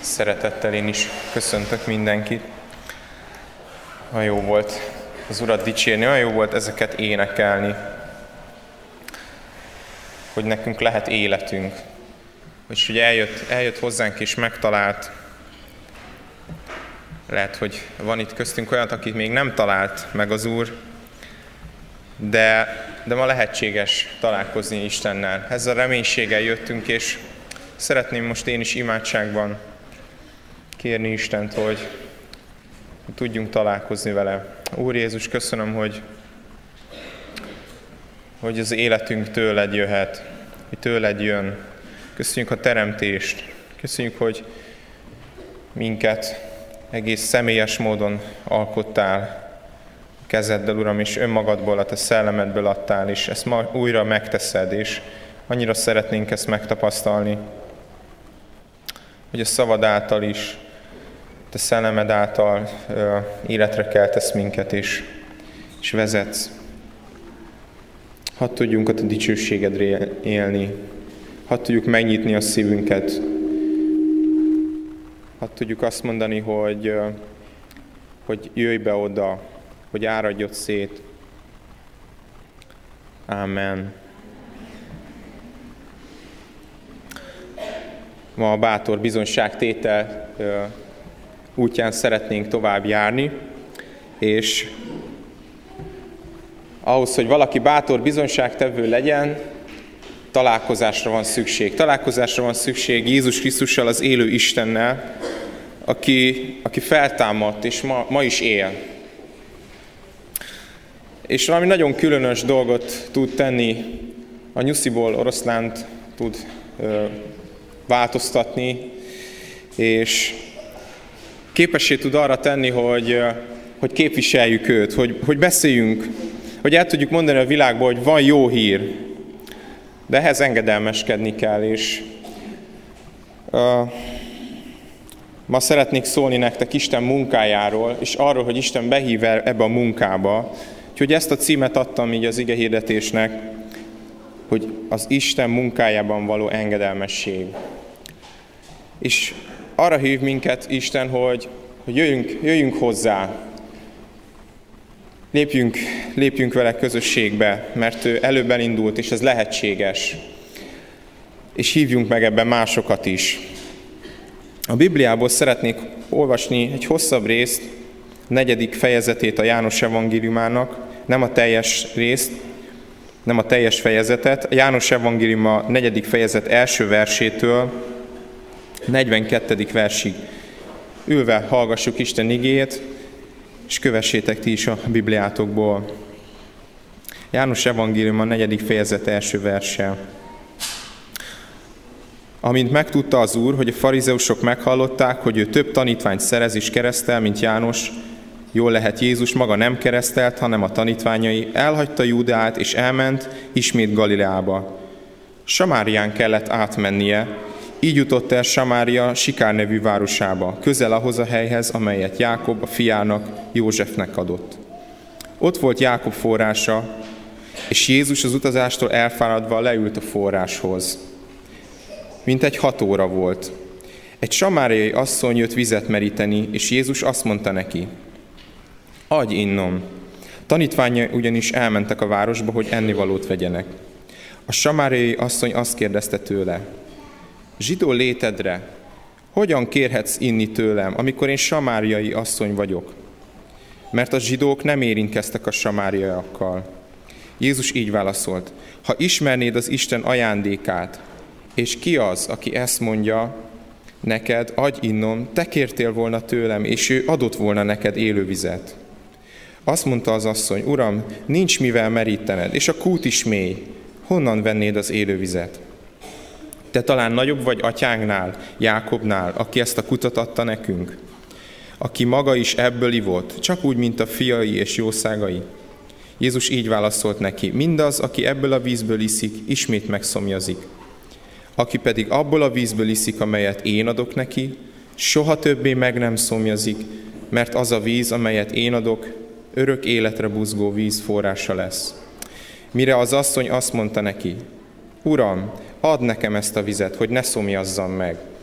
Szeretettel én is köszöntök mindenkit. Olyan jó volt az Urat dicsérni, olyan jó volt ezeket énekelni, hogy nekünk lehet életünk. És ugye eljött hozzánk és megtalált. Lehet, hogy van itt köztünk olyan, akit még nem talált meg az Úr, de ma lehetséges találkozni Istennel. Ezzel a reménységgel jöttünk, és szeretném most én is imádságban kérni Istent, hogy tudjunk találkozni vele. Úr Jézus, köszönöm, hogy az életünk tőled jöhet, hogy tőled jön. Köszönjük a teremtést, köszönjük, hogy minket egész személyes módon alkottál a kezeddel, Uram, és önmagadból, a te szellemedből adtál, és ezt ma újra megteszed, és annyira szeretnénk ezt megtapasztalni, hogy a szavad által is, te szellemed által életre keltesz minket, és vezetsz. Hadd tudjunk a te dicsőségedre élni, hadd tudjuk megnyitni a szívünket, hadd tudjuk azt mondani, hogy jöjj be oda, hogy áradj ott szét. Ámen. Ma a bátor bizonyságtétel útján szeretnénk tovább járni, és ahhoz, hogy valaki bátor bizonyságtevő legyen, találkozásra van szükség. Találkozásra van szükség Jézus Krisztussal, az élő Istennel, aki feltámadt, és ma is él. És valami nagyon különös dolgot tud tenni, a nyusziból oroszlánt tud változtatni, és képessé tud arra tenni, hogy képviseljük őt, hogy beszéljünk, hogy el tudjuk mondani a világban, hogy van jó hír, de ehhez engedelmeskedni kell, és ma szeretnék szólni nektek Isten munkájáról, és arról, hogy Isten behív ebbe a munkába, úgyhogy ezt a címet adtam így az igehirdetésnek, hogy az Isten munkájában való engedelmesség. És arra hív minket Isten, hogy jöjjünk hozzá, lépjünk vele közösségbe, mert ő előbb elindult, és ez lehetséges. És hívjunk meg ebben másokat is. A Bibliából szeretnék olvasni egy hosszabb részt, 4. fejezetét a János evangéliumának, nem a teljes részt, nem a teljes fejezetet. A János evangélium a 4. fejezet első versétől 42. versig. Ülve hallgassuk Isten igéjét, és kövessétek ti is a Bibliátokból. János evangélium a 4. fejezet első verse. Amint megtudta az Úr, hogy a farizeusok meghallották, hogy ő több tanítványt szerez és keresztel, mint János, jól lehet Jézus maga nem keresztelt, hanem a tanítványai, elhagyta Júdeát és elment ismét Galileába. Samárián kellett átmennie, így jutott el Samária Sikár nevű városába, közel ahhoz a helyhez, amelyet Jákob a fiának, Józsefnek adott. Ott volt Jákob forrása, és Jézus az utazástól elfáradva leült a forráshoz. Mintegy 6 óra volt. Egy samáriai asszony jött vizet meríteni, és Jézus azt mondta neki, adj innom. Tanítványai ugyanis elmentek a városba, hogy ennivalót vegyenek. A samáriai asszony azt kérdezte tőle, zsidó létedre, hogyan kérhetsz inni tőlem, amikor én samáriai asszony vagyok? Mert a zsidók nem érintkeztek a samáriaiakkal. Jézus így válaszolt, ha ismernéd az Isten ajándékát, és ki az, aki ezt mondja neked, adj innom, te kértél volna tőlem, és ő adott volna neked élővizet. Azt mondta az asszony, Uram, nincs mivel merítened, és a kút is mély, honnan vennéd az élővizet? Te talán nagyobb vagy atyánknál, Jákobnál, aki ezt a kutat adta nekünk, aki maga is ebből ivott, csak úgy, mint a fiai és jószágai. Jézus így válaszolt neki, mindaz, aki ebből a vízből iszik, ismét megszomjazik. Aki pedig abból a vízből iszik, amelyet én adok neki, soha többé meg nem szomjazik, mert az a víz, amelyet én adok, örök életre buzgó víz forrása lesz. Mire az asszony azt mondta neki, Uram, add nekem ezt a vizet, hogy ne szomjazzam meg.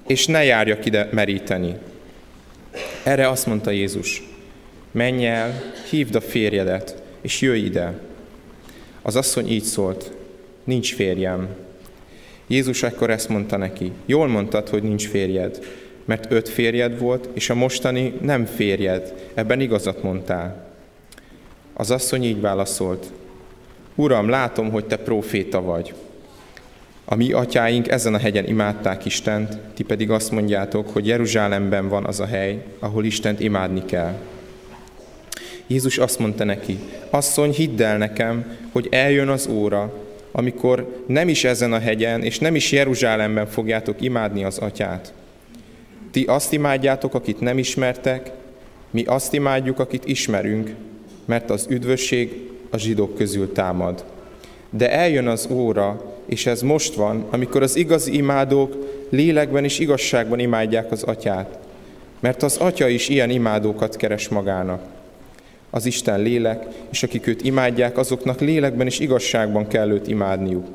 és ne járjak ide meríteni. Erre azt mondta Jézus, menj el, hívd a férjedet, és jöjj ide. Az asszony így szólt, nincs férjem. Jézus ekkor ezt mondta neki, jól mondtad, hogy nincs férjed, mert 5 férjed volt, és a mostani nem férjed, ebben igazat mondtál. Az asszony így válaszolt, Uram, látom, hogy te próféta vagy. A mi atyáink ezen a hegyen imádták Istent, ti pedig azt mondjátok, hogy Jeruzsálemben van az a hely, ahol Istent imádni kell. Jézus azt mondta neki, asszony, hidd el nekem, hogy eljön az óra, amikor nem is ezen a hegyen, és nem is Jeruzsálemben fogjátok imádni az atyát. Ti azt imádjátok, akit nem ismertek, mi azt imádjuk, akit ismerünk, mert az üdvösség a zsidók közül támad. De eljön az óra, és ez most van, amikor az igazi imádók lélekben és igazságban imádják az atyát, mert az atya is ilyen imádókat keres magának. Az Isten lélek, és akik őt imádják, azoknak lélekben és igazságban kell őt imádniuk.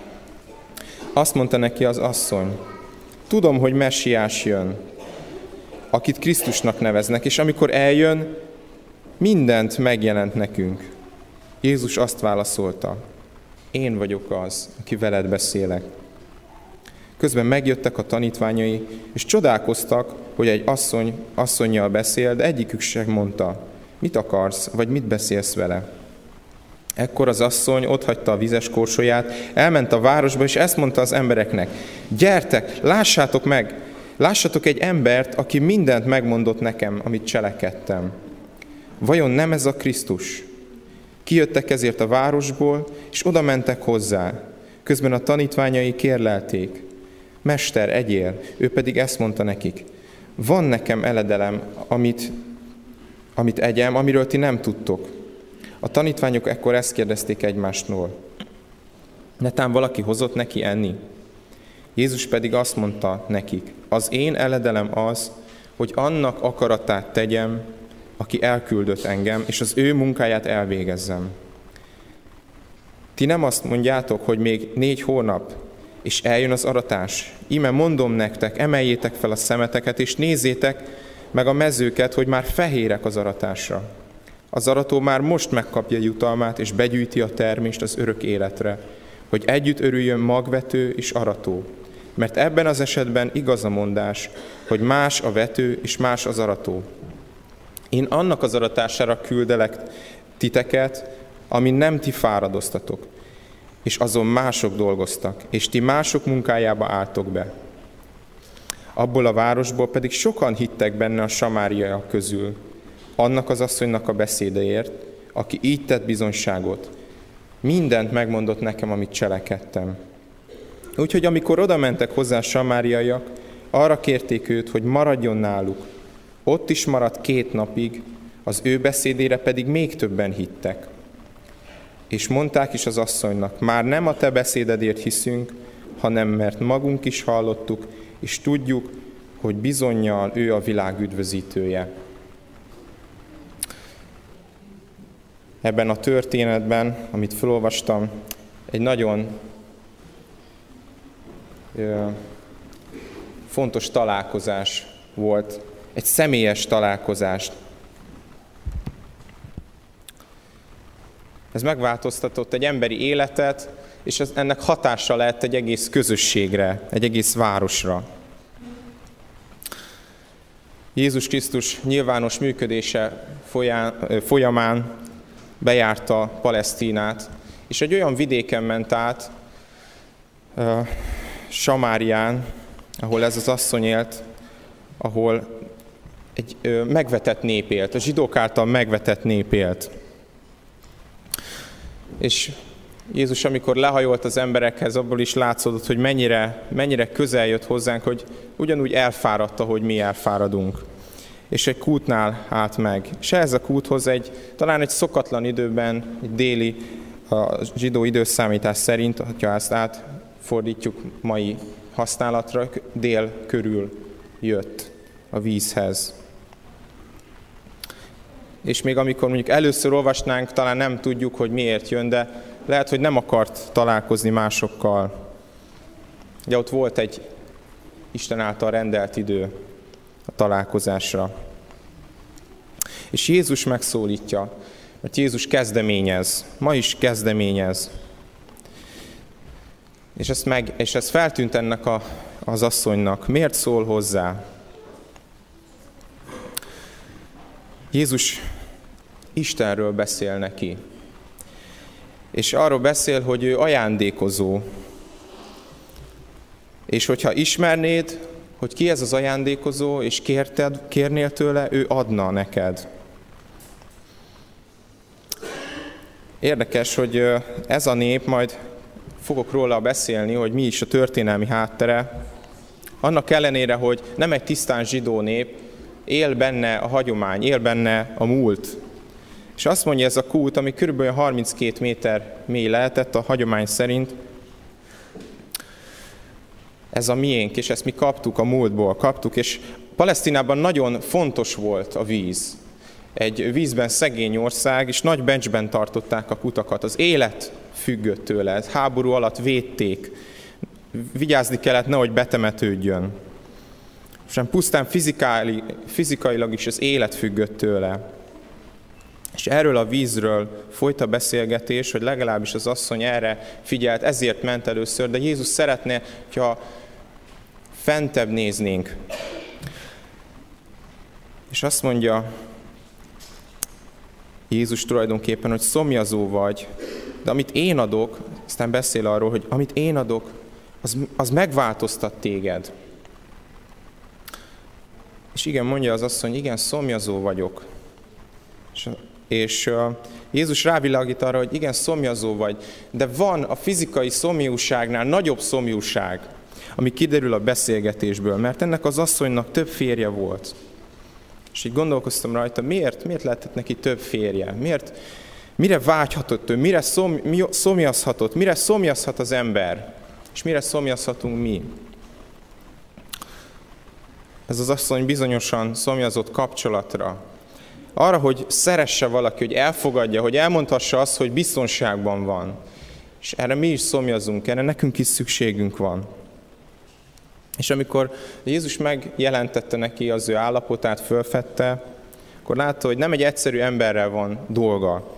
Azt mondta neki az asszony, tudom, hogy Messiás jön, akit Krisztusnak neveznek, és amikor eljön, mindent megjelent nekünk. Jézus azt válaszolta, én vagyok az, aki veled beszélek. Közben megjöttek a tanítványai, és csodálkoztak, hogy egy asszonnyal beszél, de egyikük sem mondta, mit akarsz, vagy mit beszélsz vele. Ekkor az asszony otthagyta a vizes korsóját, elment a városba, és ezt mondta az embereknek, gyertek, lássatok egy embert, aki mindent megmondott nekem, amit cselekedtem. Vajon nem ez a Krisztus? Kijöttek ezért a városból, és oda mentek hozzá. Közben a tanítványai kérlelték, Mester, egyél, ő pedig ezt mondta nekik, van nekem eledelem, amit egyem, amiről ti nem tudtok. A tanítványok ekkor ezt kérdezték egymástól. Netán valaki hozott neki enni? Jézus pedig azt mondta nekik, az én eledelem az, hogy annak akaratát tegyem, aki elküldött engem, és az ő munkáját elvégezzem. Ti nem azt mondjátok, hogy még 4 hónap, és eljön az aratás. Íme mondom nektek, emeljétek fel a szemeteket, és nézzétek meg a mezőket, hogy már fehérek az aratásra. Az arató már most megkapja jutalmát, és begyűjti a termést az örök életre, hogy együtt örüljön magvető és arató. Mert ebben az esetben igaz a mondás, hogy más a vető és más az arató. Én annak az aratására küldelek titeket, amin nem ti fáradoztatok, és azon mások dolgoztak, és ti mások munkájába álltok be. Abból a városból pedig sokan hittek benne a samáriaiak közül, annak az asszonynak a beszédeért, aki így tett bizonyságot. Mindent megmondott nekem, amit cselekedtem. Úgyhogy amikor oda mentek hozzá a samáriaiak, arra kérték őt, hogy maradjon náluk. Ott is maradt 2 napig, az ő beszédére pedig még többen hittek. És mondták is az asszonynak, már nem a te beszédedért hiszünk, hanem mert magunk is hallottuk, és tudjuk, hogy bizonnyal ő a világ üdvözítője. Ebben a történetben, amit felolvastam, egy nagyon fontos találkozás volt, egy személyes találkozást. Ez megváltoztatott egy emberi életet, és ennek hatása lett egy egész közösségre, egy egész városra. Jézus Krisztus nyilvános működése folyamán bejárta Palesztinát, és egy olyan vidéken ment át, Samárián, ahol ez az asszony élt, ahol egy megvetett nép élt, a zsidók által megvetett nép élt. És Jézus, amikor lehajolt az emberekhez, abból is látszódott, hogy mennyire közel jött hozzánk, hogy ugyanúgy elfáradt, ahogy mi elfáradunk. És egy kútnál állt meg. És ehhez a kúthoz talán egy szokatlan időben, egy déli, a zsidó időszámítás szerint, ha ezt átfordítjuk mai használatra, dél körül jött a vízhez. És még amikor mondjuk először olvasnánk, talán nem tudjuk, hogy miért jön, de lehet, hogy nem akart találkozni másokkal. Ugye ott volt egy Isten által rendelt idő a találkozásra. És Jézus megszólítja, mert Jézus kezdeményez, ma is kezdeményez. És ez feltűnt ennek az asszonynak. Miért szól hozzá? Jézus Istenről beszél neki. És arról beszél, hogy ő ajándékozó. És hogyha ismernéd, hogy ki ez az ajándékozó, és kérnél tőle, ő adna neked. Érdekes, hogy ez a nép, majd fogok róla beszélni, hogy mi is a történelmi háttere. Annak ellenére, hogy nem egy tisztán zsidó nép, él benne a hagyomány, él benne a múlt. És azt mondja ez a kút, ami kb. 32 méter mély lehetett a hagyomány szerint, ez a miénk, és ezt mi kaptuk a múltból, és Palesztinában nagyon fontos volt a víz. Egy vízben szegény ország, és nagy becsben tartották a kutakat. Az élet függött tőle, háború alatt védték. Vigyázni kellett, nehogy betemetődjön. És pusztán fizikailag is az élet függött tőle. És erről a vízről folyt a beszélgetés, hogy legalábbis az asszony erre figyelt, ezért ment először, de Jézus szeretne, hogyha fentebb néznénk. És azt mondja Jézus tulajdonképpen, hogy szomjazó vagy, de amit én adok, aztán beszél arról, hogy amit én adok, az megváltoztat téged. És igen, mondja az asszony, igen, szomjazó vagyok. És Jézus rávilágít arra, hogy igen, szomjazó vagy, de van a fizikai szomjúságnál nagyobb szomjúság, ami kiderül a beszélgetésből, mert ennek az asszonynak több férje volt. És így gondolkoztam rajta, miért lehetett neki több férje? Mire vágyhatott ő? Mire szomjazhatott? Mire szomjazhat az ember? És mire szomjazhatunk mi? Ez az asszony bizonyosan szomjazott kapcsolatra. Arra, hogy szeresse valaki, hogy elfogadja, hogy elmondhassa azt, hogy biztonságban van. És erre mi is szomjazunk, erre nekünk is szükségünk van. És amikor Jézus megjelentette neki az ő állapotát, fölfedte, akkor látta, hogy nem egy egyszerű emberrel van dolga.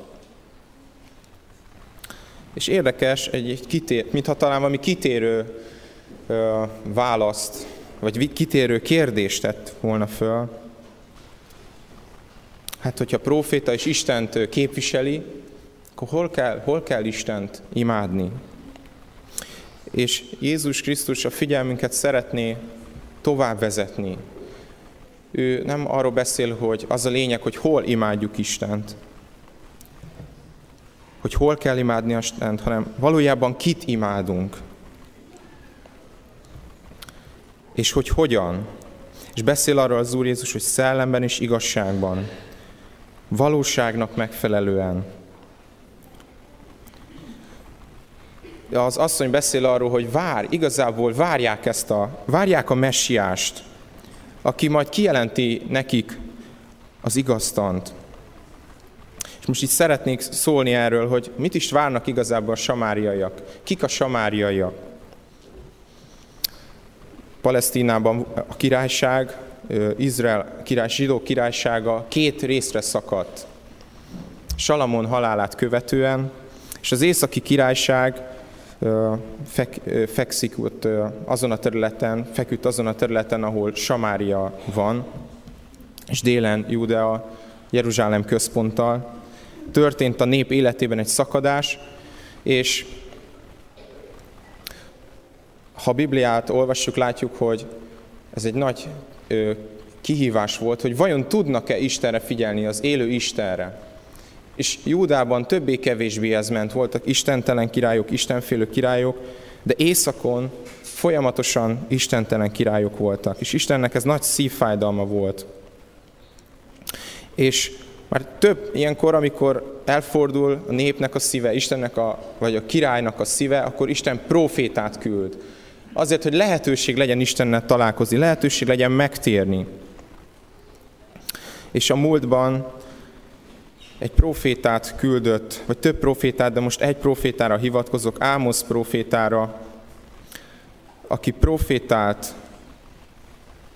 És érdekes, mintha talán valami kitérő választ, vagy kitérő kérdést tett volna föl. Hát, hogyha próféta és Istent képviseli, akkor hol kell Istent imádni? És Jézus Krisztus a figyelmünket szeretné tovább vezetni. Ő nem arról beszél, hogy az a lényeg, hogy hol imádjuk Istent, hogy hol kell imádni Istent, hanem valójában kit imádunk. És hogy hogyan. És beszél arról az Úr Jézus, hogy szellemben és igazságban, valóságnak megfelelően. Az asszony beszél arról, hogy igazából várják a messiást, aki majd kijelenti nekik az igaztant. És most itt szeretnék szólni erről, hogy mit is várnak igazából a samáriaiak. Kik a samáriaiak? Palesztinában a királyság, Izrael zsidó királysága két részre szakadt. Salamon halálát követően, és az északi királyság feküdt azon a területen, ahol Samária van, és délen Júdea, Jeruzsálem központtal. Történt a nép életében egy szakadás, és ha a Bibliát olvassuk, látjuk, hogy ez egy nagy kihívás volt, hogy vajon tudnak-e Istenre figyelni, az élő Istenre. És Júdában többé-kevésbé ez ment, voltak istentelen királyok, istenfélő királyok, de északon folyamatosan istentelen királyok voltak, és Istennek ez nagy szívfájdalma volt. És már több ilyenkor, amikor elfordul a népnek a szíve, vagy a királynak a szíve, akkor Isten prófétát küld. Azért, hogy lehetőség legyen Istennel találkozni, lehetőség legyen megtérni. És a múltban egy prófétát küldött, vagy több prófétát, de most egy prófétára hivatkozok, Ámosz prófétára, aki prófétált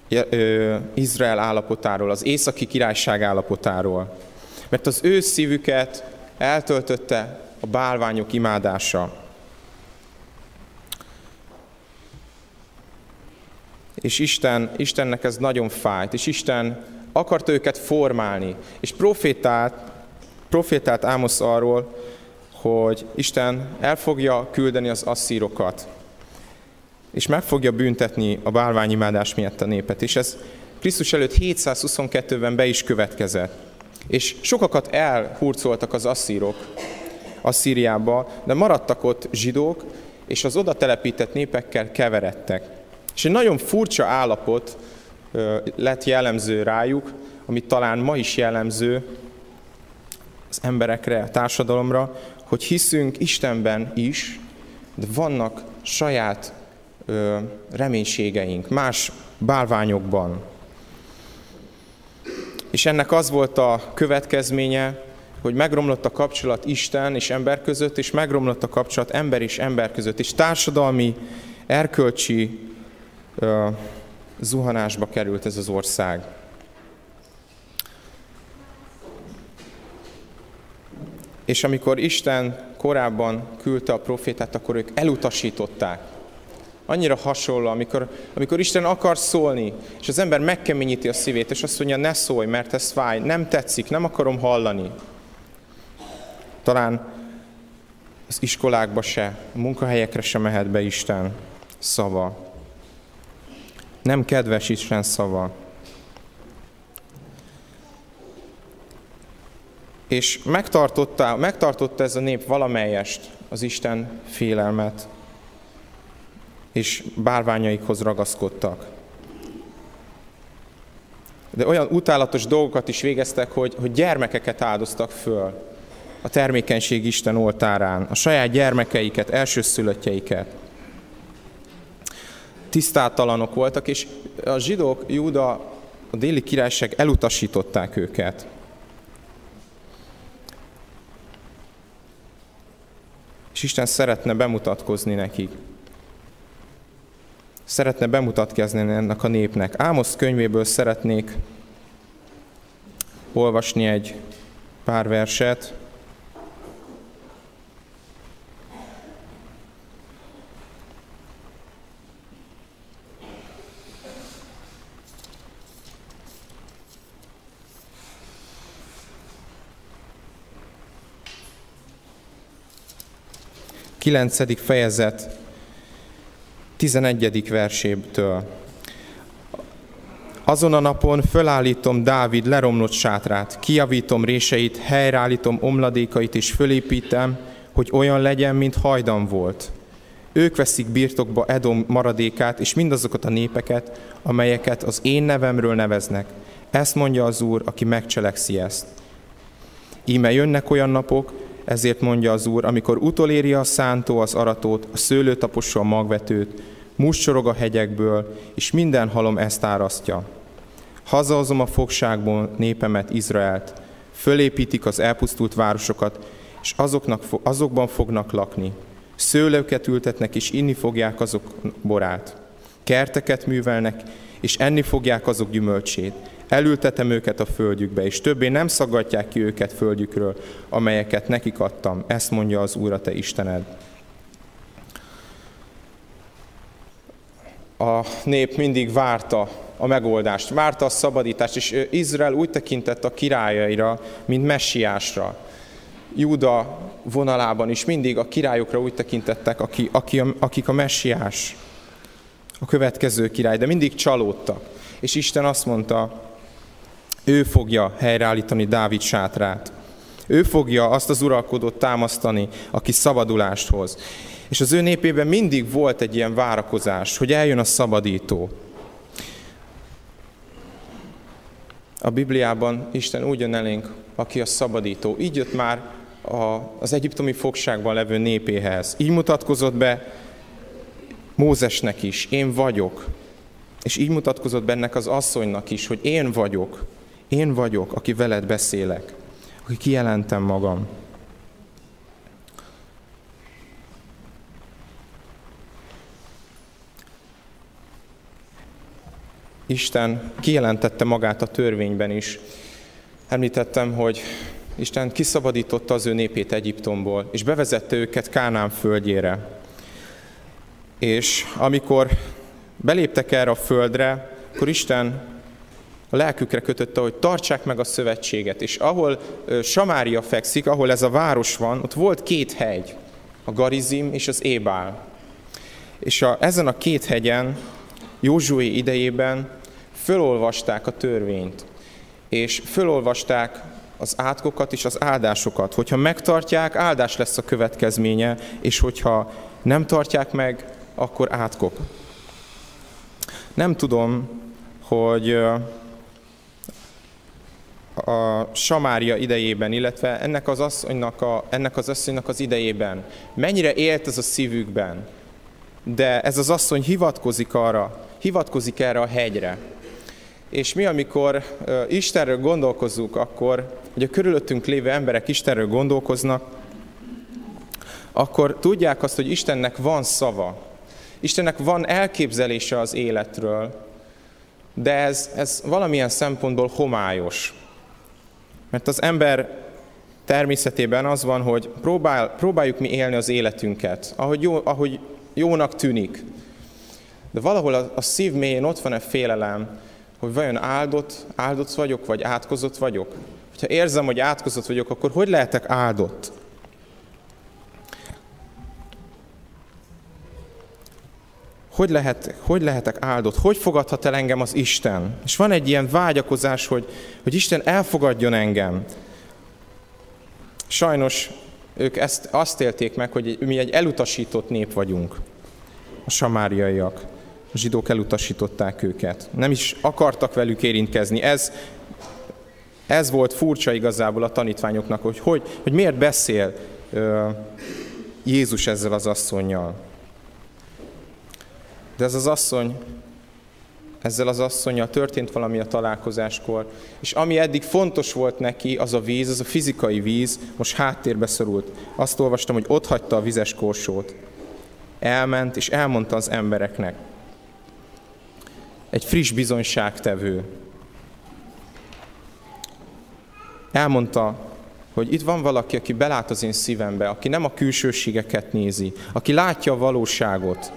Izrael állapotáról, az északi királyság állapotáról. Mert az ő szívüket eltöltötte a bálványok imádása. És Istennek ez nagyon fájt, és Isten akarta őket formálni, és profétált Ámosz arról, hogy Isten el fogja küldeni az asszírokat, és meg fogja büntetni a bálványimádás miatt a népet. És ez Krisztus előtt 722-ben be is következett. És sokakat elhurcoltak az asszírok Asszíriába, de maradtak ott zsidók, és az oda telepített népekkel keveredtek. És egy nagyon furcsa állapot lett jellemző rájuk, ami talán ma is jellemző az emberekre, a társadalomra, hogy hiszünk Istenben is, de vannak saját reménységeink, más bálványokban. És ennek az volt a következménye, hogy megromlott a kapcsolat Isten és ember között, és megromlott a kapcsolat ember és ember között, és társadalmi, erkölcsi zuhanásba került ez az ország. És amikor Isten korábban küldte a profétát, akkor ők elutasították. Annyira hasonló, amikor Isten akar szólni, és az ember megkeményíti a szívét, és azt mondja, ne szólj, mert ez fáj, nem tetszik, nem akarom hallani. Talán az iskolákba se, a munkahelyekre se mehet be Isten szava. Nem kedves Isten szava. És megtartotta ez a nép valamelyest az Isten félelmet, és bálványaikhoz ragaszkodtak. De olyan utálatos dolgokat is végeztek, hogy gyermekeket áldoztak föl a termékenység Isten oltárán, a saját gyermekeiket, elsőszülöttjeiket. Tisztátalanok voltak, és a zsidók, Júda, a déli királyság elutasították őket. És Isten szeretne bemutatkozni nekik. Szeretne bemutatkozni ennek a népnek. Ámosz könyvéből szeretnék olvasni egy pár verset. Kilencedik fejezet 11. versébtől. Azon a napon fölállítom Dávid leromlott sátrát, kijavítom réseit, helyreállítom omladékait és fölépítem, hogy olyan legyen, mint hajdan volt. Ők veszik birtokba Edom maradékát és mindazokat a népeket, amelyeket az én nevemről neveznek. Ezt mondja az Úr, aki megcselekszi ezt. Íme jönnek olyan napok, ezért mondja az Úr, amikor utoléri a szántó az aratót, a szőlő tapossa a magvetőt, must csorog a hegyekből, és minden halom ezt árasztja. Hazahozom a fogságból népemet, Izraelt, fölépítik az elpusztult városokat, és azokban fognak lakni. Szőlőket ültetnek, és inni fogják azok borát. Kerteket művelnek, és enni fogják azok gyümölcsét. Elültetem őket a földjükbe, és többé nem szaggatják ki őket földjükről, amelyeket nekik adtam. Ezt mondja az Úr, a te Istened. A nép mindig várta a megoldást, várta a szabadítást, és Izrael úgy tekintett a királyaira, mint messiásra. Júda vonalában is mindig a királyokra úgy tekintettek, akik a messiás, a következő király, de mindig csalódtak. És Isten azt mondta, ő fogja helyreállítani Dávid sátrát. Ő fogja azt az uralkodót támasztani, aki szabadulást hoz. És az ő népében mindig volt egy ilyen várakozás, hogy eljön a szabadító. A Bibliában Isten úgy jön elénk, aki a szabadító. Így jött már az egyiptomi fogságban levő népéhez. Így mutatkozott be Mózesnek is, én vagyok. És így mutatkozott bennek az asszonynak is, hogy én vagyok, aki veled beszélek, aki kijelentem magam. Isten kijelentette magát a törvényben is. Említettem, hogy Isten kiszabadította az ő népét Egyiptomból, és bevezette őket Kánaán földjére. És amikor beléptek erre a földre, akkor Isten a lelkükre kötötte, hogy tartsák meg a szövetséget. És ahol Samária fekszik, ahol ez a város van, ott volt 2 hegy, a Garizim és az Ébál. És ezen a 2 hegyen Józsué idejében fölolvasták a törvényt, és fölolvasták az átkokat és az áldásokat. Hogyha megtartják, áldás lesz a következménye, és hogyha nem tartják meg, akkor átkok. Nem tudom, hogy a Samária idejében, illetve ennek az asszonynak az idejében mennyire élt ez a szívükben, de ez az asszony hivatkozik erre a hegyre. És mi, amikor Istenről gondolkozunk, akkor, hogy a körülöttünk lévő emberek Istenről gondolkoznak, akkor tudják azt, hogy Istennek van szava. Istennek van elképzelése az életről, de ez valamilyen szempontból homályos. Mert az ember természetében az van, hogy próbáljuk mi élni az életünket, ahogy jónak tűnik. De valahol a szív mélyén ott van egy félelem, hogy vajon áldott vagyok, vagy átkozott vagyok. Ha érzem, hogy átkozott vagyok, akkor hogy lehetek áldott? Hogy lehetek áldott? Hogy fogadhat el engem az Isten? És van egy ilyen vágyakozás, hogy Isten elfogadjon engem. Sajnos ők azt élték meg, hogy mi egy elutasított nép vagyunk. A samáriaiak. A zsidók elutasították őket. Nem is akartak velük érintkezni. Ez volt furcsa igazából a tanítványoknak, hogy miért beszél Jézus ezzel az asszonnyal. De ezzel az asszonnyal történt valami a találkozáskor, és ami eddig fontos volt neki, az a víz, az a fizikai víz, most háttérbe szorult. Azt olvastam, hogy ott hagyta a vizes korsót. Elment, és elmondta az embereknek. Egy friss bizonyságtevő. Elmondta, hogy itt van valaki, aki belát az én szívembe, aki nem a külsőségeket nézi, aki látja a valóságot.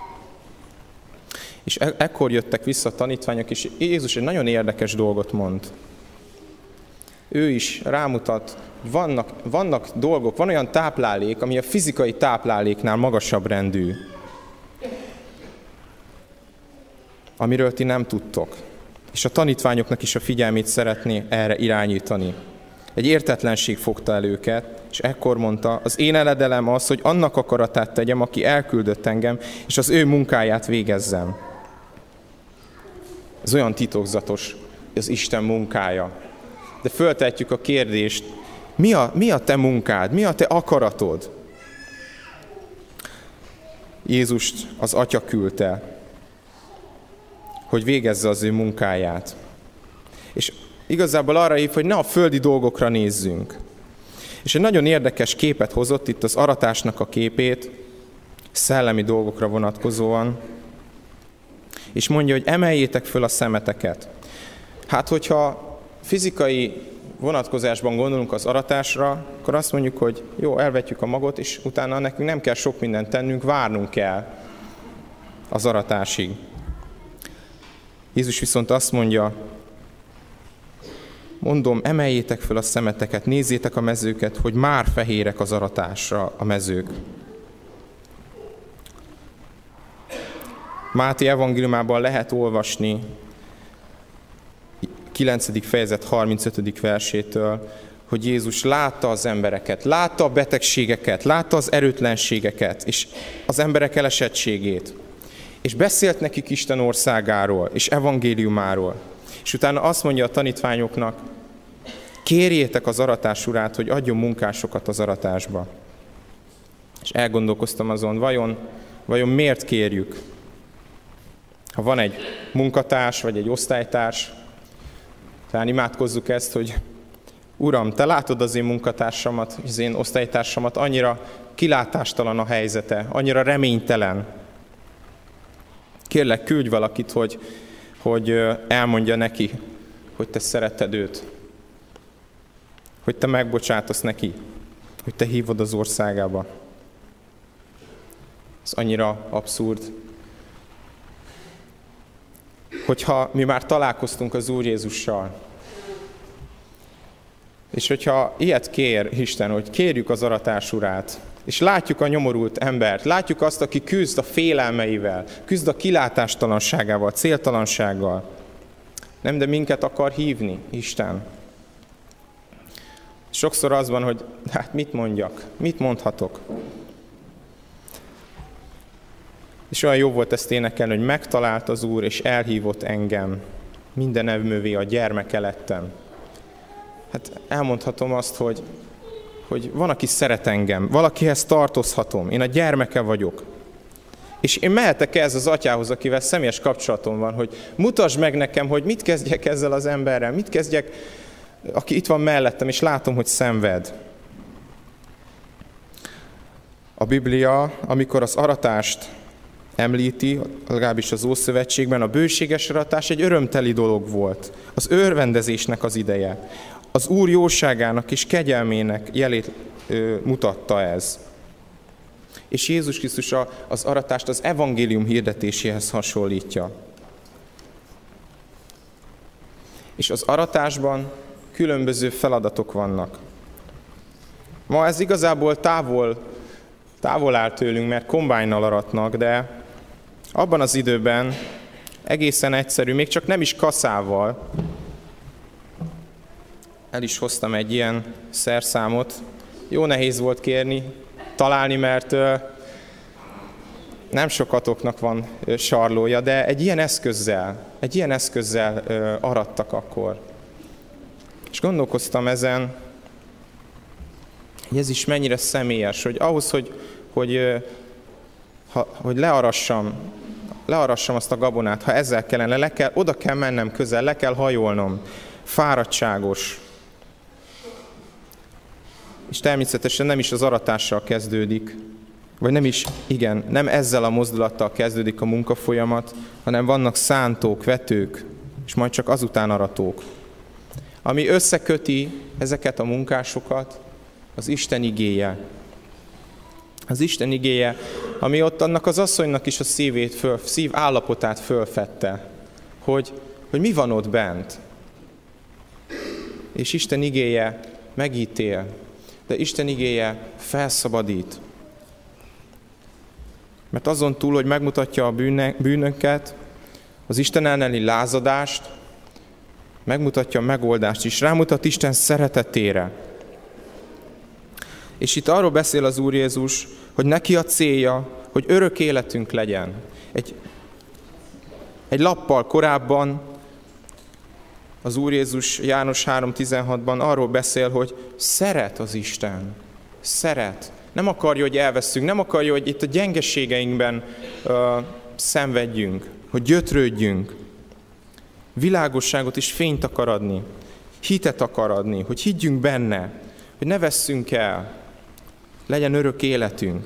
És ekkor jöttek vissza a tanítványok, és Jézus egy nagyon érdekes dolgot mond. Ő is rámutat, hogy vannak dolgok, van olyan táplálék, ami a fizikai tápláléknál magasabb rendű, amiről ti nem tudtok. És a tanítványoknak is a figyelmét szeretné erre irányítani. Egy értetlenség fogta el őket, és ekkor mondta, az én eledelem az, hogy annak akaratát tegyem, aki elküldött engem, és az ő munkáját végezzem. Ez olyan titokzatos, az Isten munkája. De föltehetjük a kérdést, mi a te munkád, mi a te akaratod? Jézust az Atya küldte, hogy végezze az ő munkáját. És igazából arra hív, hogy ne a földi dolgokra nézzünk. És egy nagyon érdekes képet hozott itt az aratásnak a képét, szellemi dolgokra vonatkozóan, és mondja, hogy emeljétek föl a szemeteket. Hát, hogyha fizikai vonatkozásban gondolunk az aratásra, akkor azt mondjuk, hogy jó, elvetjük a magot, és utána nekünk nem kell sok mindent tennünk, várnunk kell az aratásig. Jézus viszont azt mondja, mondom, emeljétek föl a szemeteket, nézzétek a mezőket, hogy már fehérek az aratásra a mezők. Máté evangéliumában lehet olvasni 9. fejezet 35. versétől, hogy Jézus látta az embereket, látta a betegségeket, látta az erőtlenségeket, és az emberek elesettségét. És beszélt nekik Isten országáról, és evangéliumáról. És utána azt mondja a tanítványoknak, kérjétek az aratás urát, hogy adjon munkásokat az aratásba. És elgondolkoztam azon, vajon miért kérjük? Ha van egy munkatárs, vagy egy osztálytárs, talán imádkozzuk ezt, hogy Uram, te látod az én munkatársamat, az én osztálytársamat, annyira kilátástalan a helyzete, annyira reménytelen. Kérlek, küldj valakit, hogy hogy elmondja neki, hogy te szereted őt, hogy te megbocsátasz neki, hogy te hívod az országába. Ez annyira abszurd. Hogyha mi már találkoztunk az Úr Jézussal, és hogyha ilyet kér Isten, hogy kérjük az aratás urát, és látjuk a nyomorult embert, látjuk azt, aki küzd a félelmeivel, küzd a kilátástalanságával, a céltalansággal, nem, de minket akar hívni Isten. Sokszor az van, hogy hát mit mondjak, mit mondhatok? És olyan jó volt ezt énekelni, hogy megtalált az Úr, és elhívott engem, minden evmővé a gyermeke lettem. Hát elmondhatom azt, hogy van, aki szeret engem, valakihez tartozhatom, én a gyermeke vagyok. És én mehetek ehhez az atyához, akivel személyes kapcsolatom van, hogy mutasd meg nekem, hogy mit kezdjek ezzel az emberrel, mit kezdjek, aki itt van mellettem, és látom, hogy szenved. A Biblia, amikor az aratást említi, legalábbis az Ószövetségben, a bőséges aratás egy örömteli dolog volt. Az örvendezésnek az ideje. Az Úr jóságának és kegyelmének jelét mutatta ez. És Jézus Krisztus az aratást az evangélium hirdetéséhez hasonlítja. És az aratásban különböző feladatok vannak. Ma ez igazából távol áll tőlünk, mert kombájnnal aratnak, de abban az időben egészen egyszerű, még csak nem is kaszával. El is hoztam egy ilyen szerszámot. Jó nehéz volt találni, mert nem sokatoknak van sarlója, de egy ilyen eszközzel arattak akkor. És gondolkoztam ezen, hogy ez is mennyire személyes, hogy ahhoz, hogy learassam azt a gabonát, ha ezzel kellene, oda kell mennem közel, le kell hajolnom, fáradtságos. És természetesen nem is az aratással kezdődik, vagy nem ezzel a mozdulattal kezdődik a munkafolyamat, hanem vannak szántók, vetők, és majd csak azután aratók. Ami összeköti ezeket a munkásokat, az Isten igéje. Az Isten igéje, ami ott annak az asszonynak is a szív állapotát fölfedte, hogy mi van ott bent. És Isten igéje megítél, de Isten igéje felszabadít. Mert azon túl, hogy megmutatja a bűnöket, az Isten elleni lázadást, megmutatja a megoldást is, rámutat Isten szeretetére. És itt arról beszél az Úr Jézus, hogy neki a célja, hogy örök életünk legyen. Egy lappal korábban az Úr Jézus János 3:16-ban arról beszél, hogy szeret az Isten. Szeret. Nem akarja, hogy elveszünk, nem akarja, hogy itt a gyengeségeinkben szenvedjünk, hogy gyötrődjünk. Világosságot és fényt akar adni, hitet akar adni, hogy higgyünk benne, hogy ne vesszünk el, legyen örök életünk.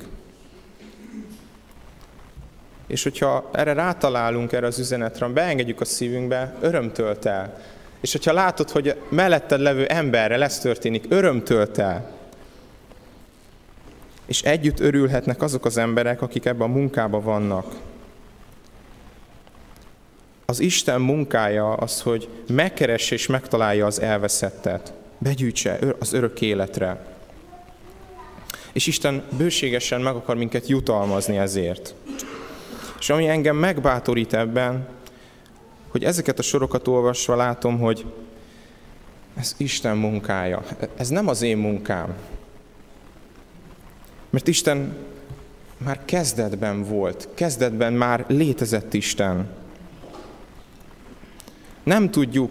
És hogyha erre rátalálunk, erre az üzenetre, beengedjük a szívünkbe, öröm tölt el. És hogyha látod, hogy melletted levő emberrel ez történik, öröm tölt el. És együtt örülhetnek azok az emberek, akik ebben a munkában vannak. Az Isten munkája az, hogy megkeresse és megtalálja az elveszettet, begyűjtse az örök életre. És Isten bőségesen meg akar minket jutalmazni ezért. És ami engem megbátorít ebben, hogy ezeket a sorokat olvasva látom, hogy ez Isten munkája. Ez nem az én munkám. Mert Isten már kezdetben volt. Kezdetben már létezett Isten. Nem tudjuk,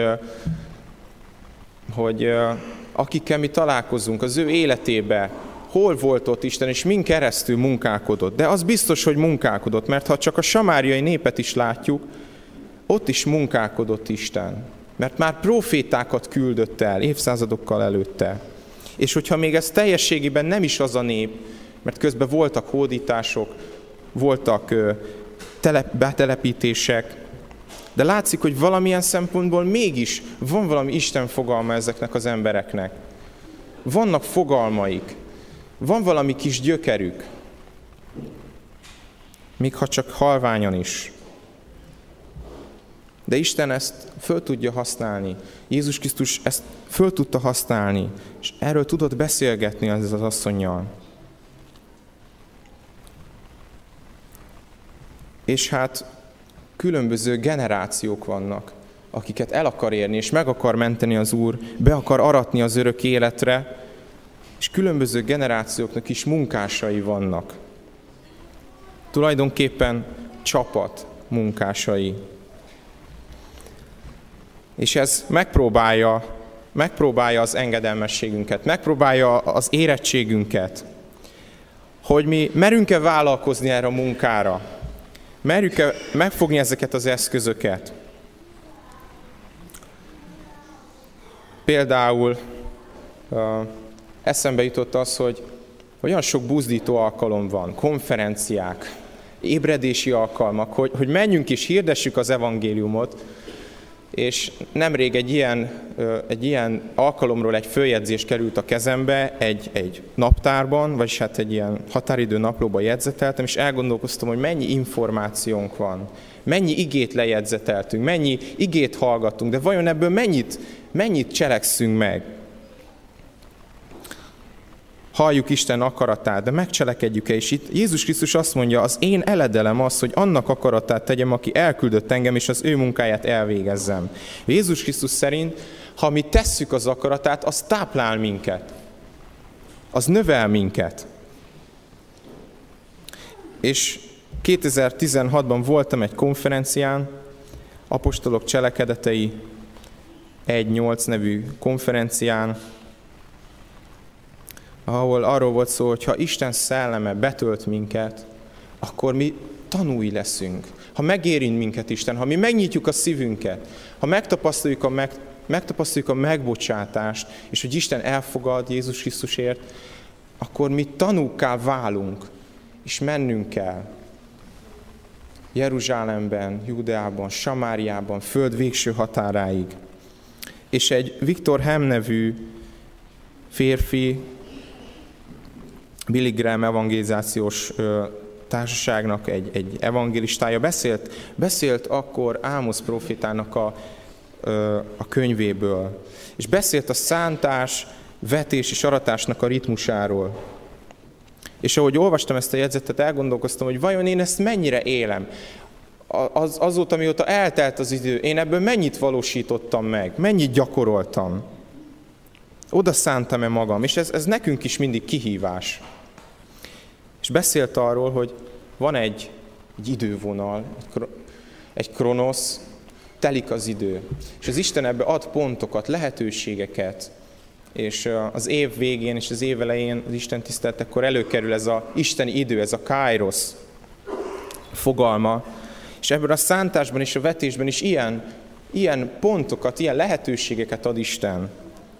hogy akikkel mi találkozunk, az ő életébe, hol volt ott Isten, és min keresztül munkálkodott. De az biztos, hogy munkálkodott, mert ha csak a samáriai népet is látjuk, ott is munkálkodott Isten. Mert már profétákat küldött el évszázadokkal előtte. És hogyha még ez teljességében nem is az a nép, mert közben voltak hódítások, voltak betelepítések, De látszik, hogy valamilyen szempontból mégis van valami Isten fogalma ezeknek az embereknek. Vannak fogalmaik, van valami kis gyökerük, még ha csak halványan is. De Isten ezt föl tudja használni. Jézus Krisztus ezt föl tudta használni, és erről tudott beszélgetni az asszonnyal. És hát különböző generációk vannak, akiket el akar érni, és meg akar menteni az Úr, be akar aratni az örök életre, és különböző generációknak is munkásai vannak. Tulajdonképpen csapat munkásai. És ez megpróbálja az engedelmességünket, megpróbálja az érettségünket, hogy mi merünk-e vállalkozni erre a munkára, merjük-e megfogni ezeket az eszközöket. Például eszembe jutott az, hogy olyan sok buzdító alkalom van, konferenciák, ébredési alkalmak, hogy menjünk és hirdessük az evangéliumot, és nemrég egy ilyen alkalomról egy följegyzés került a kezembe egy naptárban, vagyis hát egy ilyen határidő naplóban jegyzeteltem, és elgondolkoztam, hogy mennyi információnk van, mennyi igét lejegyzeteltünk, mennyi igét hallgattunk, de vajon ebből mennyit cselekszünk meg? Halljuk Isten akaratát, de megcselekedjük-e? És itt Jézus Krisztus azt mondja, az én eledelem az, hogy annak akaratát tegyem, aki elküldött engem, és az ő munkáját elvégezzem. Jézus Krisztus szerint, ha mi tesszük az akaratát, az táplál minket. Az növel minket. És 2016-ban voltam egy konferencián, Apostolok Cselekedetei 1.8 nevű konferencián, ahol arról volt szó, hogy ha Isten szelleme betölt minket, akkor mi tanúi leszünk. Ha megérint minket Isten, ha mi megnyitjuk a szívünket, ha megtapasztaljuk a megbocsátást, és hogy Isten elfogad Jézus Krisztusért, akkor mi tanúkká válunk, és mennünk kell. Jeruzsálemben, Judeában, Samáriában, föld végső határáig. És egy Viktor Hem nevű férfi, Billy Graham evangelizációs társaságnak egy evangélistája beszélt akkor Ámosz prófétának a könyvéből, és beszélt a szántás, vetés és aratásnak a ritmusáról. És ahogy olvastam ezt a jegyzetet, elgondolkoztam, hogy vajon én ezt mennyire élem. Azóta, mióta eltelt az idő, én ebből mennyit valósítottam meg, mennyit gyakoroltam. Oda szántam-e magam, és ez nekünk is mindig kihívás. És beszélt arról, hogy van egy idővonal, egy kronosz, telik az idő. És az Isten ebbe ad pontokat, lehetőségeket. És az év végén és az év elején az Isten tiszteletekor előkerül ez az isteni idő, ez a kairos fogalma. És ebben a szántásban és a vetésben is ilyen pontokat, ilyen lehetőségeket ad Isten.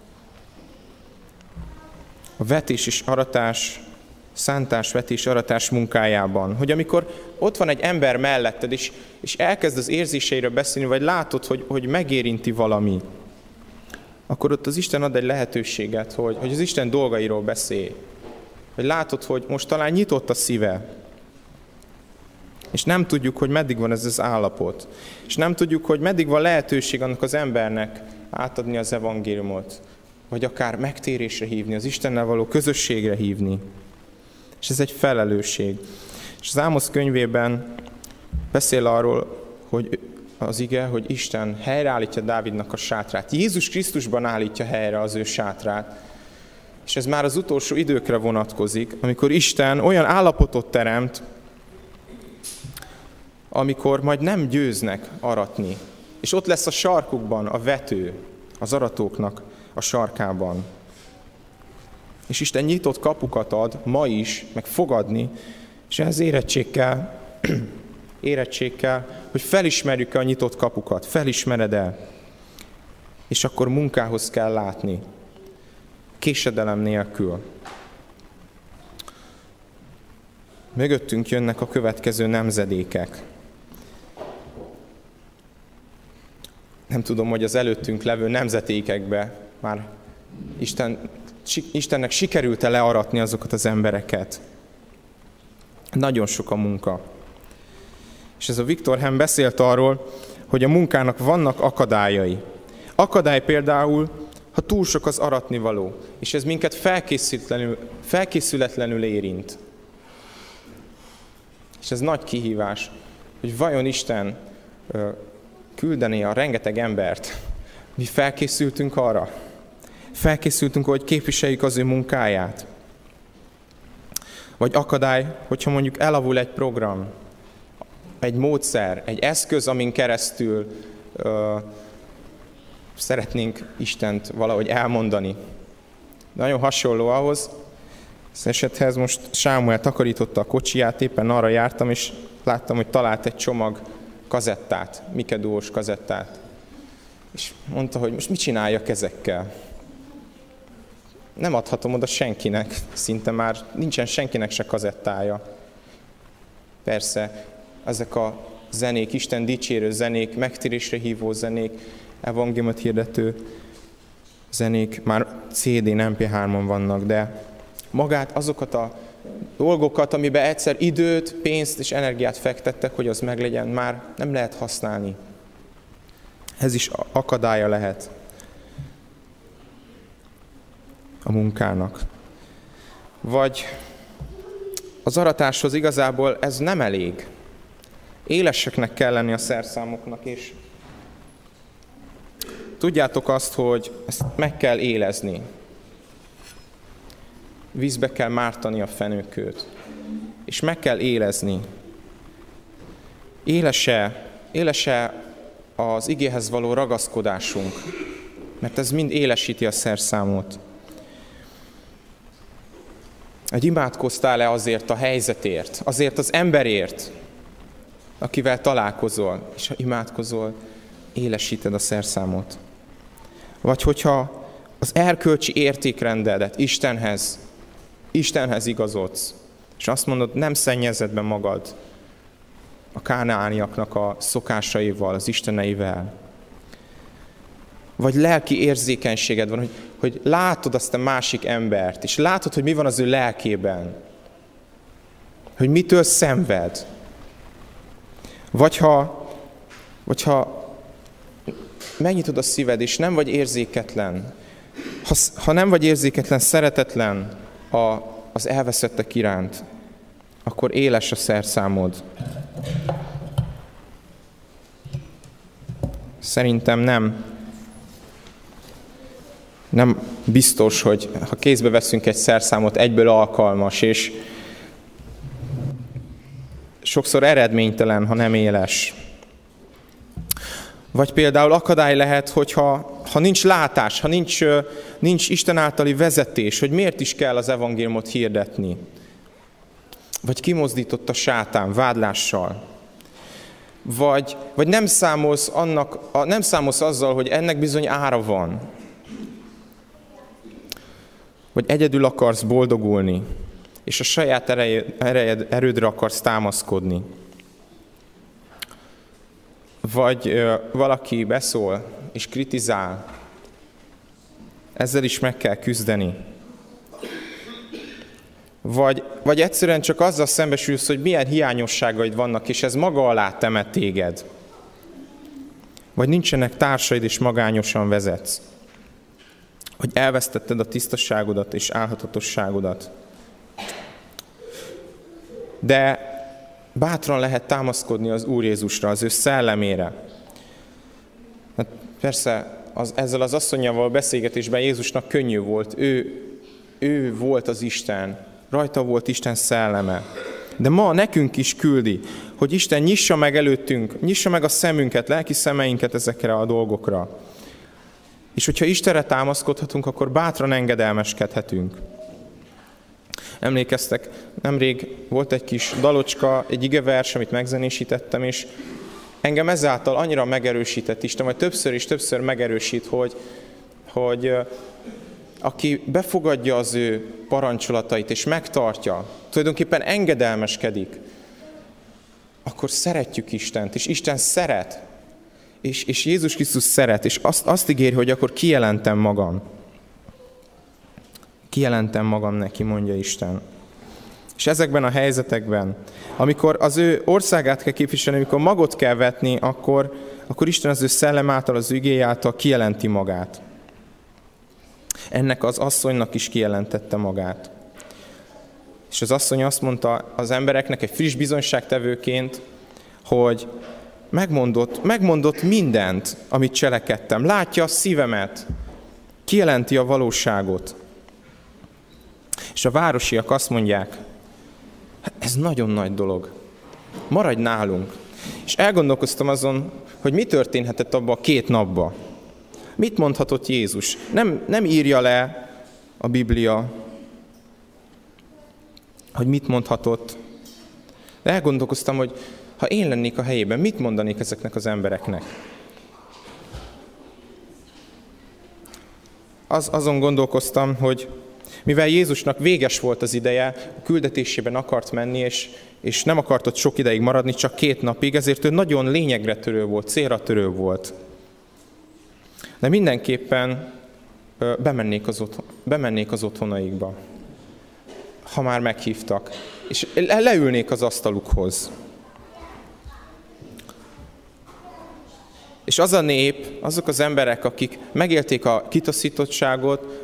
A vetés és aratás, szántás, vetés, aratás munkájában. Hogy amikor ott van egy ember melletted, és elkezd az érzéseiről beszélni, vagy látod, hogy megérinti valami, akkor ott az Isten ad egy lehetőséget, hogy az Isten dolgairól beszélj. Hogy látod, hogy most talán nyitott a szíve, és nem tudjuk, hogy meddig van ez az állapot. És nem tudjuk, hogy meddig van lehetőség annak az embernek átadni az evangéliumot, vagy akár megtérésre hívni, az Istennel való közösségre hívni. És ez egy felelősség. És az Ámosz könyvében beszél arról, hogy az ige, hogy Isten helyreállítja Dávidnak a sátrát. Jézus Krisztusban állítja helyre az ő sátrát. És ez már az utolsó időkre vonatkozik, amikor Isten olyan állapotot teremt, amikor majd nem győznek aratni. És ott lesz a sarkukban a vető, az aratóknak a sarkában. És Isten nyitott kapukat ad ma is, meg fogadni, és ez érettségkel, hogy felismerjük-e a nyitott kapukat, felismered el, és akkor munkához kell látni, késedelem nélkül. Mögöttünk jönnek a következő nemzedékek. nem tudom, hogy az előttünk levő nemzetékekbe már Istennek sikerült-e learatni azokat az embereket. Nagyon sok a munka. És ez a Viktor Hem beszélt arról, hogy a munkának vannak akadályai. Akadály például, ha túl sok az aratnivaló, és ez minket felkészületlenül érint. És ez nagy kihívás, hogy vajon Isten küldené a rengeteg embert. Mi felkészültünk arra. Felkészültünk, hogy képviseljük az ő munkáját. Vagy akadály, hogyha mondjuk elavul egy program, egy módszer, egy eszköz, amin keresztül szeretnénk Istent valahogy elmondani. Nagyon hasonló ahhoz, az esethez most Sámuel takarította a kocsiját, éppen arra jártam, és láttam, hogy talált egy csomag kazettát, Mikedós kazettát. És mondta, hogy most mit csináljak ezekkel? Nem adhatom oda senkinek, szinte már nincsen senkinek se kazettája. Persze, ezek a zenék, Isten dicsérő zenék, megtérésre hívó zenék, evangéliumot hirdető zenék már CD-n, MP3-on vannak, de magát azokat a dolgokat, amiben egyszer időt, pénzt és energiát fektettek, hogy az meglegyen, már nem lehet használni. Ez is akadálya lehet a munkának. Vagy az aratáshoz igazából ez nem elég. Éleseknek kell lenni a szerszámoknak, és tudjátok azt, hogy ezt meg kell élezni. Vízbe kell mártani a fenőkőt, és meg kell élezni. Élese az igéhez való ragaszkodásunk, mert ez mind élesíti a szerszámot. Hogy imádkoztál-e azért a helyzetért, azért az emberért, akivel találkozol, és ha imádkozol, élesíted a szerszámot. Vagy hogyha az erkölcsi értékrendedet Istenhez igazodsz, és azt mondod, nem szennyezed be magad a kánaániaknak a szokásaival, az isteneivel. Vagy lelki érzékenységed van, hogy látod azt a másik embert, és látod, hogy mi van az ő lelkében, hogy mitől szenved. Vagy ha megnyitod a szíved, és nem vagy érzéketlen, ha nem vagy érzéketlen, szeretetlen az elveszettek iránt, akkor éles a szerszámod. Szerintem nem biztos, hogy ha kézbe veszünk egy szerszámot, egyből alkalmas, és sokszor eredménytelen, ha nem éles. Vagy például akadály lehet, hogyha nincs látás, ha nincs Isten általi vezetés, hogy miért is kell az evangéliumot hirdetni. Vagy kimozdított a sátán vádlással. Vagy nem számolsz azzal, hogy ennek bizony ára van. Vagy egyedül akarsz boldogulni, és a saját erődre akarsz támaszkodni. Vagy valaki beszól és kritizál. Ezzel is meg kell küzdeni. Vagy egyszerűen csak azzal szembesülsz, hogy milyen hiányosságaid vannak, és ez maga alá temet téged. Vagy nincsenek társaid, és magányosan vezetsz. Hogy elvesztetted a tisztaságodat és álhatatosságodat. De bátran lehet támaszkodni az Úr Jézusra, az ő szellemére. Hát persze ezzel az asszonnyával beszélgetésben Jézusnak könnyű volt. Ő volt az Isten, rajta volt Isten szelleme. De ma nekünk is küldi, hogy Isten nyissa meg előttünk, nyissa meg a szemünket, lelki szemeinket ezekre a dolgokra. És hogyha Istenre támaszkodhatunk, akkor bátran engedelmeskedhetünk. Emlékeztek, nemrég volt egy kis dalocska, egy igevers, amit megzenésítettem, és engem ezáltal annyira megerősített Isten, vagy többször és többször megerősít, hogy aki befogadja az ő parancsolatait és megtartja, tulajdonképpen engedelmeskedik, akkor szeretjük Istent, és Isten szeret. és Jézus Krisztus szeret, és azt ígéri, hogy akkor kijelentem magam. Kijelentem magam neki, mondja Isten. És ezekben a helyzetekben, amikor az ő országát kell képviselni, amikor magot kell vetni, akkor Isten az ő szellem által, az igéje által kijelenti magát. Ennek az asszonynak is kijelentette magát. És az asszony azt mondta az embereknek egy friss bizonyságtevőként, hogy megmondott mindent, amit cselekedtem. Látja a szívemet, kijelenti a valóságot. És a városiak azt mondják, ez nagyon nagy dolog, maradj nálunk. És elgondolkoztam azon, hogy mi történhetett abban a 2 napban. Mit mondhatott Jézus? Nem írja le a Biblia, hogy mit mondhatott. De elgondolkoztam, hogy ha én lennék a helyében, mit mondanék ezeknek az embereknek? Azon gondolkoztam, hogy mivel Jézusnak véges volt az ideje, a küldetésében akart menni, és nem akart ott sok ideig maradni, csak 2 napig, ezért ő nagyon lényegre törő volt, célra törő volt. De mindenképpen bemennék az otthonaikba, ha már meghívtak, és leülnék az asztalukhoz. És az a nép, azok az emberek, akik megélték a kitaszítottságot,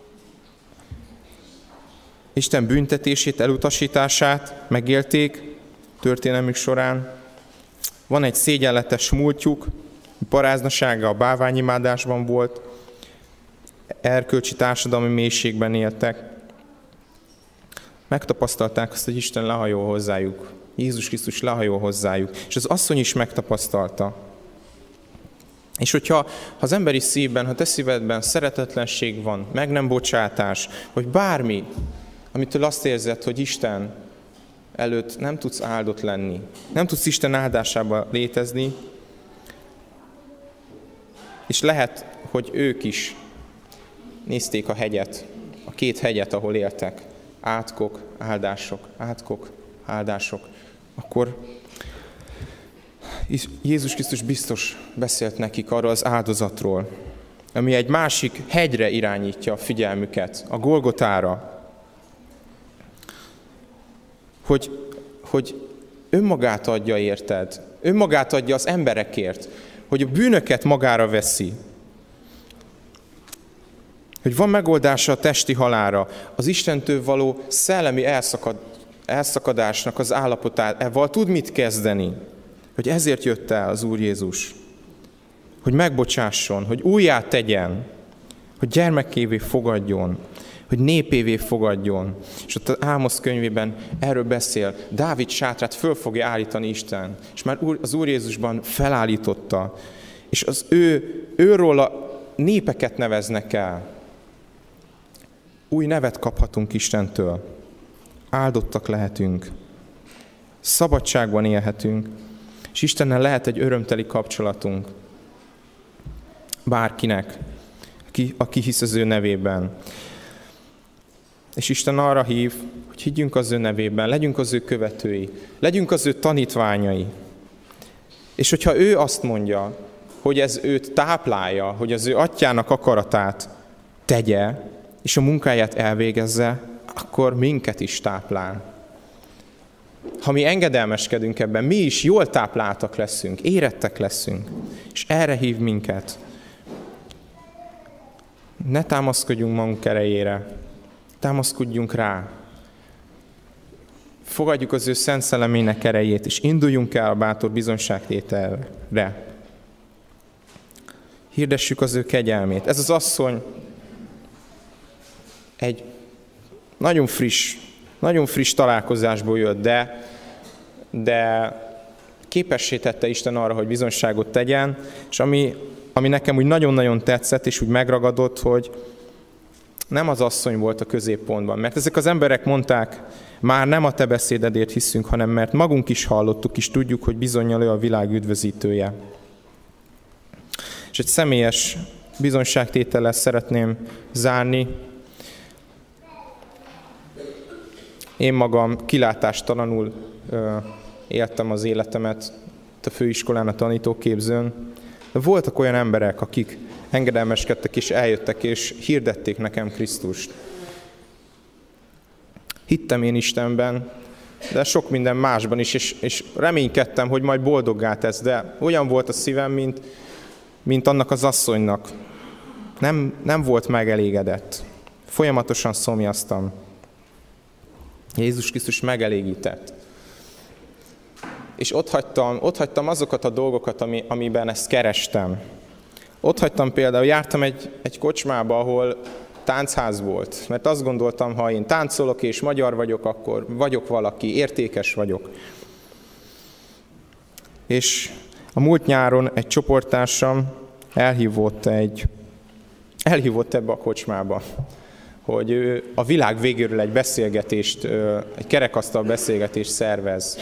Isten büntetését, elutasítását megélték történelmük során. Van egy szégyenletes múltjuk, paráznasága a bálványimádásban volt, erkölcsi társadalmi mélységben éltek. Megtapasztalták azt, hogy Isten lehajol hozzájuk, Jézus Krisztus lehajol hozzájuk, és az asszony is megtapasztalta. És hogyha az emberi szívben, ha te szívedben szeretetlenség van, meg nem bocsátás, vagy bármi, amitől azt érzed, hogy Isten előtt nem tudsz áldott lenni, nem tudsz Isten áldásában létezni, és lehet, hogy ők is nézték a hegyet, a 2 hegyet, ahol éltek, átkok, áldások, akkor Jézus Krisztus biztos beszélt nekik arról az áldozatról, ami egy másik hegyre irányítja a figyelmüket, a Golgotára, hogy önmagát adja érted, önmagát adja az emberekért, hogy a bűnöket magára veszi, hogy van megoldása a testi halálra, az Istentől való szellemi elszakadásnak az állapotával tud mit kezdeni, hogy ezért jött el az Úr Jézus, hogy megbocsásson, hogy újjá tegyen, hogy gyermekévé fogadjon, hogy népévé fogadjon. És ott az Ámosz könyvében erről beszél, Dávid sátrát föl fogja állítani Isten, és már az Úr Jézusban felállította, és az őról a népeket neveznek el. Új nevet kaphatunk Istentől, áldottak lehetünk, szabadságban élhetünk, és Istennel lehet egy örömteli kapcsolatunk. Bárkinek, aki hisz az ő nevében. És Isten arra hív, hogy higgyünk az ő nevében, legyünk az ő követői, legyünk az ő tanítványai. És hogyha ő azt mondja, hogy ez őt táplálja, hogy az ő atyának akaratát tegye, és a munkáját elvégezze, akkor minket is táplál. Ha mi engedelmeskedünk ebben, mi is jól tápláltak leszünk, érettek leszünk, és erre hív minket. Ne támaszkodjunk magunk erejére, támaszkodjunk rá. Fogadjuk az ő szent szellemének erejét, és induljunk el a bátor bizonyságtételre. Hirdessük az ő kegyelmét. Ez az asszony egy nagyon friss találkozásból jött, de képessé tette Isten arra, hogy bizonyságot tegyen, és ami nekem úgy nagyon-nagyon tetszett, és úgy megragadott, hogy nem az asszony volt a középpontban. Mert ezek az emberek mondták, már nem a te beszédedért hiszünk, hanem mert magunk is hallottuk, és tudjuk, hogy bizonnyal ő a világ üdvözítője. És egy személyes bizonyságtétellel szeretném zárni. Én magam kilátástalanul éltem az életemet a főiskolán, a tanítóképzőn. De voltak olyan emberek, akik engedelmeskedtek és eljöttek, és hirdették nekem Krisztust. Hittem én Istenben, de sok minden másban is, és reménykedtem, hogy majd boldoggá tesz, de olyan volt a szívem, mint annak az asszonynak. Nem volt megelégedett. Folyamatosan szomjaztam. Jézus Krisztus megelégített. És ott hagytam azokat a dolgokat, amiben ezt kerestem. Ott hagytam például, jártam egy kocsmába, ahol táncház volt, mert azt gondoltam, ha én táncolok és magyar vagyok, akkor vagyok valaki, értékes vagyok. És a múlt nyáron egy csoporttársam elhívott ebbe a kocsmába, hogy ő a világ végéről egy beszélgetést, egy kerekasztal beszélgetést szervez.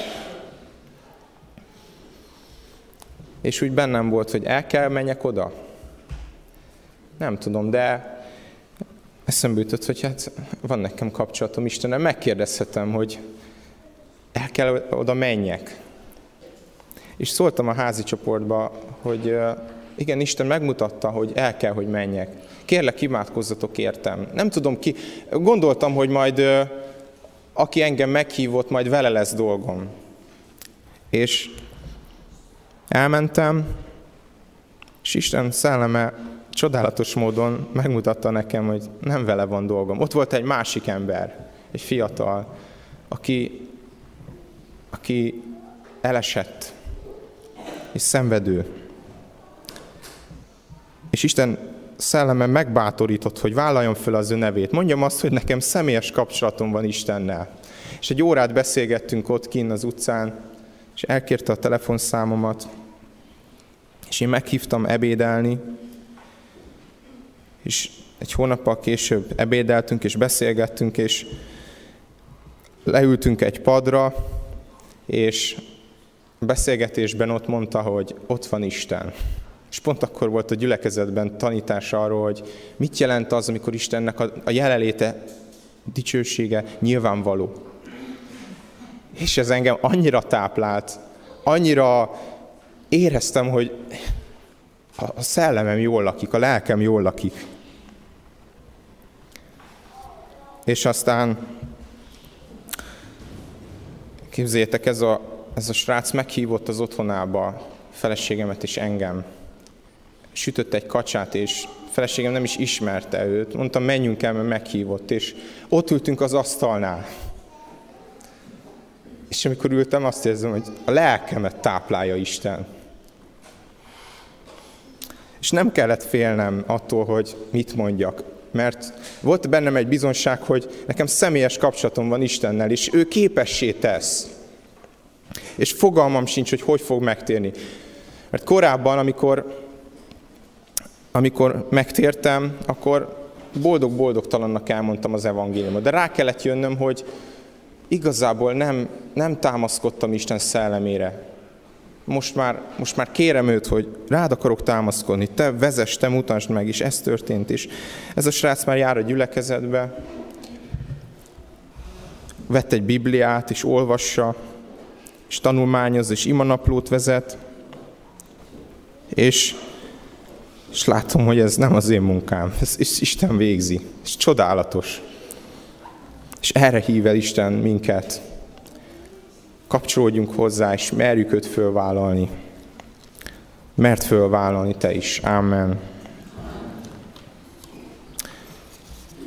És úgy bennem volt, hogy el kell menjek oda. Nem tudom, de eszembe jutott, hogy hát van nekem kapcsolatom Istennel, megkérdezhetem, hogy el kell oda menjek. És szóltam a házi csoportba, hogy igen, Isten megmutatta, hogy el kell, hogy menjek. Kérlek, imádkozzatok értem. Nem tudom ki, gondoltam, hogy majd aki engem meghívott, majd vele lesz dolgom. És elmentem, és Isten szelleme csodálatos módon megmutatta nekem, hogy nem vele van dolgom. Ott volt egy másik ember, egy fiatal, aki elesett, és szenvedő. És Isten szelleme megbátorított, hogy vállaljam fel az ő nevét. Mondjam azt, hogy nekem személyes kapcsolatom van Istennel. És egy órát beszélgettünk ott kinn az utcán, és elkérte a telefonszámomat, és én meghívtam ebédelni, és egy hónappal később ebédeltünk, és beszélgettünk, és leültünk egy padra, és a beszélgetésben ott mondta, hogy ott van Isten. És pont akkor volt a gyülekezetben tanítás arról, hogy mit jelent az, amikor Istennek a jelenléte, dicsősége nyilvánvaló. És ez engem annyira táplált, annyira éreztem, hogy a szellemem jól lakik, a lelkem jól lakik. És aztán képzeljétek, ez a srác meghívott az otthonába a feleségemet és engem. Sütött egy kacsát, és a feleségem nem is ismerte őt. Mondtam, menjünk el, mert meghívott, és ott ültünk az asztalnál. És amikor ültem, azt érzem, hogy a lelkemet táplálja Isten. És nem kellett félnem attól, hogy mit mondjak, mert volt bennem egy bizonyság, hogy nekem személyes kapcsolatom van Istennel, és ő képessé tesz. És fogalmam sincs, hogy fog megtérni. Mert korábban, amikor megtértem, akkor boldog-boldogtalannak elmondtam az evangéliumot. De rá kellett jönnöm, hogy igazából nem támaszkodtam Isten szellemére. Most már kérem őt, hogy rád akarok támaszkodni, te vezess, te mutasd meg, és ez történt is. Ez a srác már jár a gyülekezetbe, vett egy Bibliát, és olvassa, és tanulmányoz, és imanaplót vezet, és látom, hogy ez nem az én munkám, ez Isten végzi, ez csodálatos. És erre hív el Isten minket. Kapcsolódjunk hozzá, és merjük őt fölvállalni. Mert fölvállalni te is. Amen.